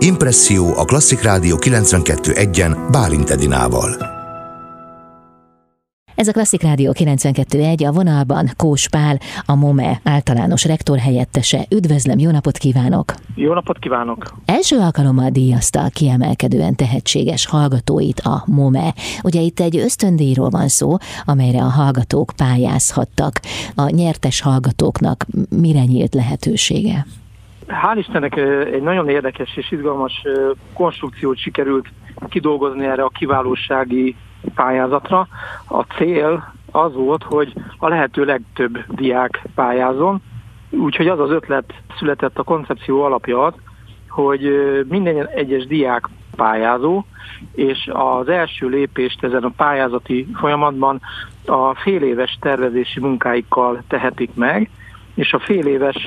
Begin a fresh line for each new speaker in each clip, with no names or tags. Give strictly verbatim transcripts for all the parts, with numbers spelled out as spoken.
Impresszió a Klasszik Rádió kilencvenkettő egyen Bálint Edinával.
Ez a Klasszik Rádió kilencvenkettő egy, a vonalban Kós Pál, a MOME általános rektor helyettese. Üdvözlöm, jó napot kívánok!
Jó napot kívánok!
Első alkalommal díjazta a kiemelkedően tehetséges hallgatóit a MOME. Ugye itt egy ösztöndíjról van szó, amelyre a hallgatók pályázhattak. A nyertes hallgatóknak mire nyílt lehetősége?
Hál' Istennek egy nagyon érdekes és izgalmas konstrukciót sikerült kidolgozni erre a kiválósági pályázatra. A cél az volt, hogy a lehető legtöbb diák pályázon, úgyhogy az az ötlet született, a koncepció alapja az, hogy minden egyes diák pályázó, és az első lépést ezen a pályázati folyamatban a féléves tervezési munkáikkal tehetik meg, és a féléves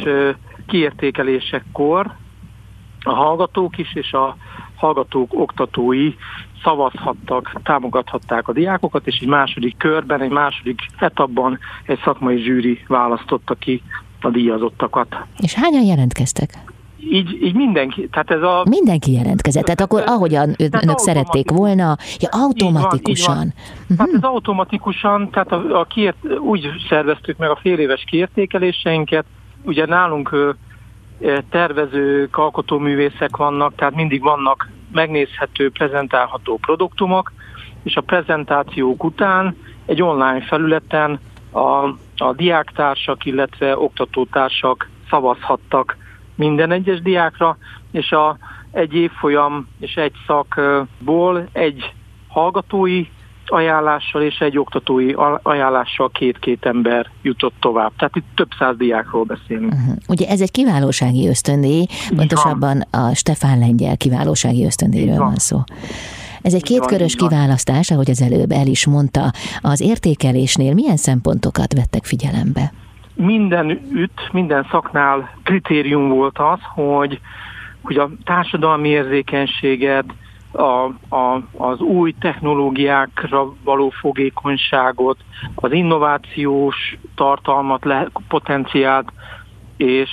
kiértékelésekkor a hallgatók is és a hallgatók oktatói szavazhattak, támogathatták a diákokat, és egy második körben, egy második etapban egy szakmai zsűri választotta ki a díjazottakat.
És hányan jelentkeztek?
Így, így mindenki, tehát ez a...
Mindenki jelentkezett, tehát akkor ahogyan önök szerették volna, ja, automatikusan.
Így van, így van. Tehát ez automatikusan, tehát a, a kiért, úgy szerveztük meg a féléves kiértékeléseinket, ugye nálunk tervezők, alkotóművészek vannak, tehát mindig vannak megnézhető, prezentálható produktumok, és a prezentációk után egy online felületen a, a diáktársak, illetve oktatótársak szavazhattak minden egyes diákra, és a, egy évfolyam és egy szakból egy hallgatói ajánlással és egy oktatói ajánlással két-két ember jutott tovább. Tehát itt több száz diákról beszélünk.
Uh-huh. Ugye ez egy kiválósági ösztöndíj, pontosabban a Stefán Lengyel kiválósági ösztöndíjről van szó. Ez egy kétkörös kiválasztás, ahogy az előbb el is mondta. Az értékelésnél milyen szempontokat vettek figyelembe?
Minden üt, minden szaknál kritérium volt az, hogy, hogy a társadalmi érzékenységet, A, a, az új technológiákra való fogékonyságot, az innovációs tartalmat, le, potenciált és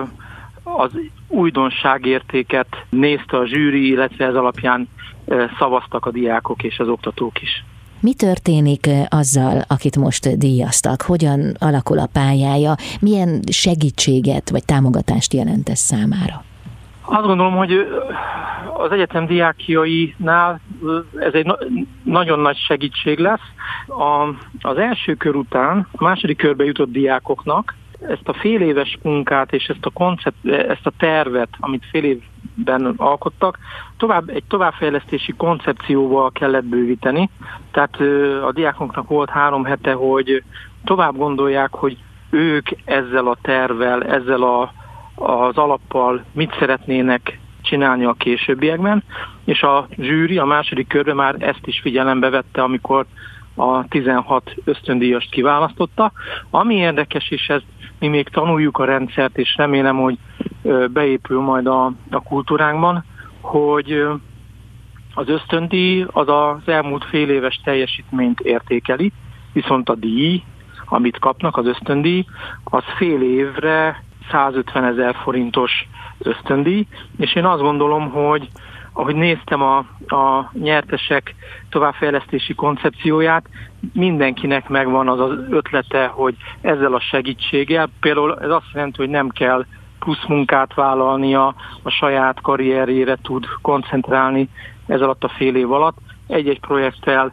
az újdonságértéket nézte a zsűri, illetve ez alapján szavaztak a diákok és az oktatók is.
Mi történik azzal, akit most díjaztak? Hogyan alakul a pályája? Milyen segítséget vagy támogatást jelent ez számára?
Azt gondolom, hogy az egyetem diákjainál ez egy na- nagyon nagy segítség lesz. A, az első kör után a második körbe jutott diákoknak ezt a fél éves munkát és ezt a, koncept, ezt a tervet, amit fél évben alkottak, tovább, egy továbbfejlesztési koncepcióval kellett bővíteni. Tehát a diákoknak volt három hete, hogy tovább gondolják, hogy ők ezzel a tervvel, ezzel a az alappal mit szeretnének csinálni a későbbiekben, és a zsűri a második körben már ezt is figyelembe vette, amikor a tizenhat ösztöndíjast kiválasztotta. Ami érdekes, és ezt mi még tanuljuk a rendszert, és remélem, hogy beépül majd a, a kultúránkban, hogy az ösztöndíj az az elmúlt fél éves teljesítményt értékeli, viszont a díj, amit kapnak, az ösztöndíj, az fél évre százötvenezer forintos ösztöndíj, és én azt gondolom, hogy ahogy néztem a, a nyertesek továbbfejlesztési koncepcióját, mindenkinek megvan az az ötlete, hogy ezzel a segítséggel, például ez azt jelenti, hogy nem kell plusz munkát vállalnia, a saját karrierjére tud koncentrálni ez alatt a fél év alatt. Egy-egy projekttel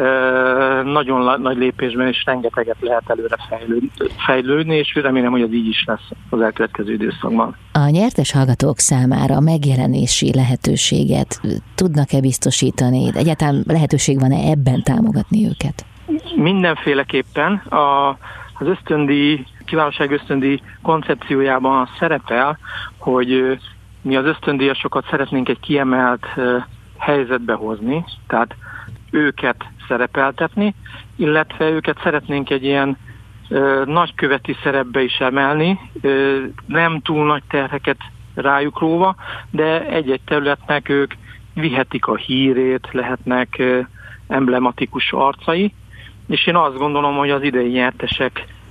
nagyon nagy lépésben és rengeteget lehet előre fejlődni, fejlődni, és remélem, hogy az így is lesz az elkövetkező időszakban.
A nyertes hallgatók számára megjelenési lehetőséget tudnak-e biztosítani? Egyáltalán lehetőség van-e ebben támogatni őket?
Mindenféleképpen. A, az ösztöndíj, kiválóság ösztöndíj koncepciójában szerepel, hogy mi az ösztöndíjasokat szeretnénk egy kiemelt helyzetbe hozni, tehát őket szerepeltetni, illetve őket szeretnénk egy ilyen ö, nagyköveti szerepbe is emelni, ö, nem túl nagy terheket rájuk róva, de egy-egy területnek ők vihetik a hírét, lehetnek ö, emblematikus arcai, és én azt gondolom, hogy az idei nyertesek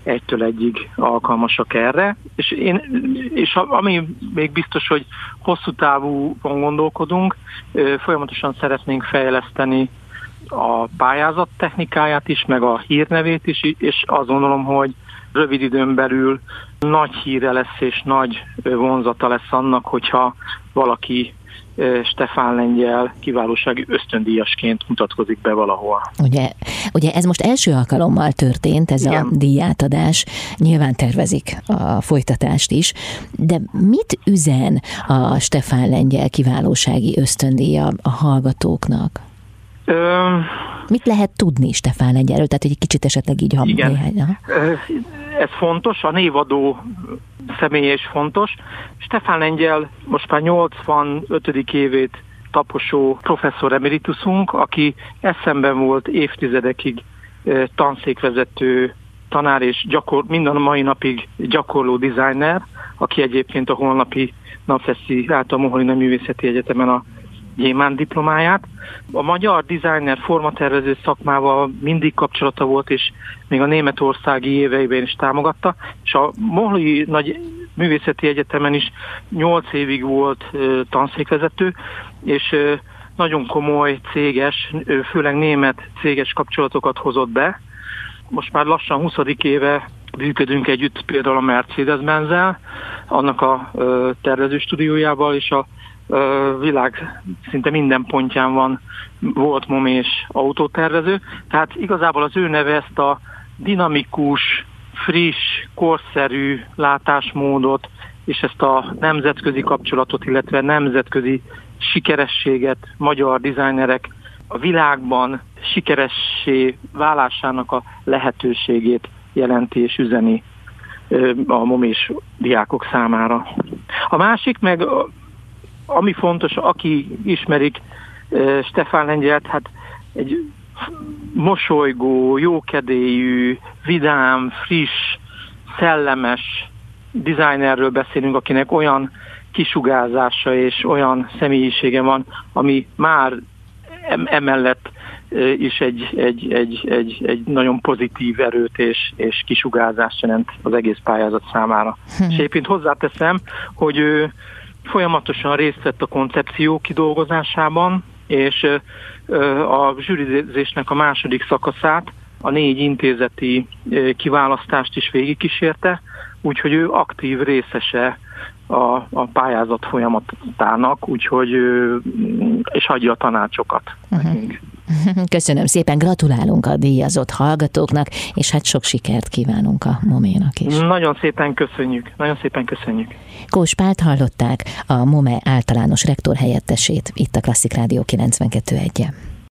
egytől egyig alkalmasak erre, és, én, és ami még biztos, hogy hosszú távúban gondolkodunk, folyamatosan szeretnénk fejleszteni a pályázat technikáját is, meg a hírnevét is, és azt gondolom, hogy rövid időn belül nagy híre lesz és nagy vonzata lesz annak, hogyha valaki Stefán Lengyel kiválósági ösztöndíjasként mutatkozik be valahol.
Ugye, ugye ez most első alkalommal történt, ez Igen. a díjátadás, nyilván tervezik a folytatást is, de mit üzen a Stefán Lengyel kiválósági ösztöndíja a hallgatóknak? Ö... Mit lehet tudni Stefán Lengyelről? Tehát egy kicsit esetleg így, ha
Igen.
néhány.
Ez fontos, a névadó személye is fontos. Stefán Lengyel most már nyolcvanötödik évét taposó professzor emeritusunk, aki eszemben volt évtizedekig tanszékvezető tanár és gyakor, minden a mai napig gyakorló designer, aki egyébként a holnapi Napfeszi által Moholina Művészeti Egyetemen a gyémánt diplomáját. A magyar designer formatervező szakmával mindig kapcsolata volt, és még a németországi éveiben is támogatta, és a Moholai Nagy Művészeti Egyetemen is nyolc évig volt uh, tanszékvezető, és uh, nagyon komoly céges, uh, főleg német céges kapcsolatokat hozott be. Most már lassan huszadik éve működünk együtt például a Mercedes-Benz-el, annak a uh, tervező stúdiójával, és a világ szinte minden pontján van, volt momés autótervező, tehát igazából az ő neve ezt a dinamikus, friss, korszerű látásmódot és ezt a nemzetközi kapcsolatot, illetve nemzetközi sikerességet magyar dizájnerek a világban sikeressé válásának a lehetőségét jelenti és üzeni a momés diákok számára. A másik meg, ami fontos, aki ismerik Stefán Lengyelt, hát egy mosolygó, jókedélyű, vidám, friss, szellemes designerről beszélünk, akinek olyan kisugárzása és olyan személyisége van, ami már emellett is egy, egy, egy, egy, egy nagyon pozitív erőt és, és kisugárzást jelent az egész pályázat számára. Hm. És egyébként hozzáteszem, hogy ő folyamatosan részt vett a koncepció kidolgozásában, és a zsűrizésnek a második szakaszát, a négy intézeti kiválasztást is végigkísérte, úgyhogy ő aktív részese a, a pályázat folyamatának, úgyhogy és adja a tanácsokat
uh-huh. nekünk. Köszönöm szépen, gratulálunk a díjazott hallgatóknak, és hát sok sikert kívánunk a moménak is.
Nagyon szépen köszönjük, nagyon szépen köszönjük.
Kós Pált hallották, a MOME általános rektor helyettesét, itt a Klasszik Rádió kilencvenkettő egyen.